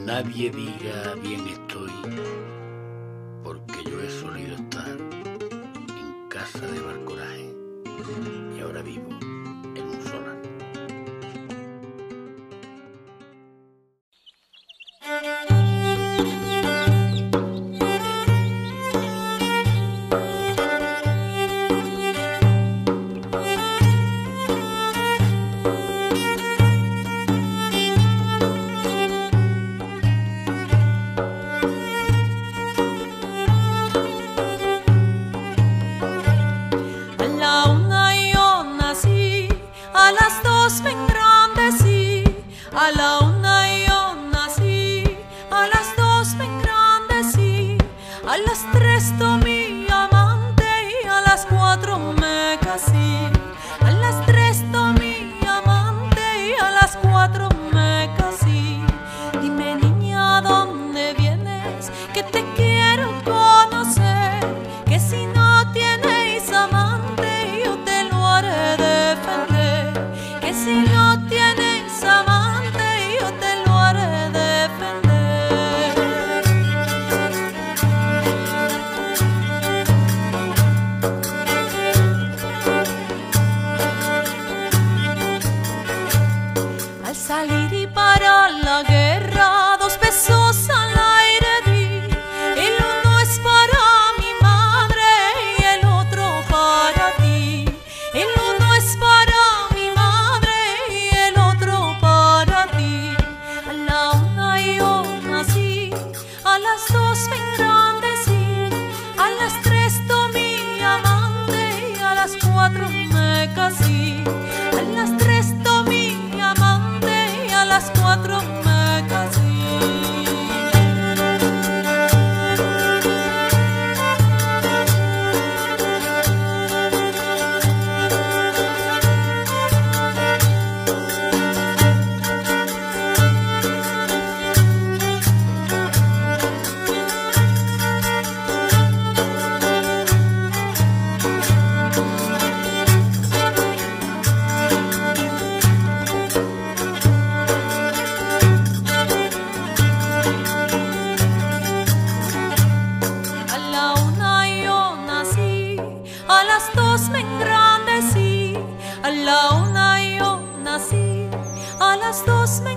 nadie diga bien estoy, porque yo he solido estar en casa de Barcoraje y ahora vivo en un solar. A las 2 me engrandecí, a la 1 yo nací, a las 2 me engrandecí, a las 3 tomé amante y a las 4 me casé, a las 3 tomé amante y a las 4 me casé. Dime niña, ¿dónde vienes? Que te quiero conocer, que si no tienes amante yo te lo haré defender. Que si no tienes amante, yo te lo haré defender. Al salir y para la guerra, 2 besos al aire di. El uno es para mi madre y el otro para ti. El uno es para a las 2 me engrandecí, a las 3 tomé amante y a las 4 me casé, a las 3 tomé amante y a las 4 me casé. A las 2 me engrandecí, a la 1 yo nací, a las 2 me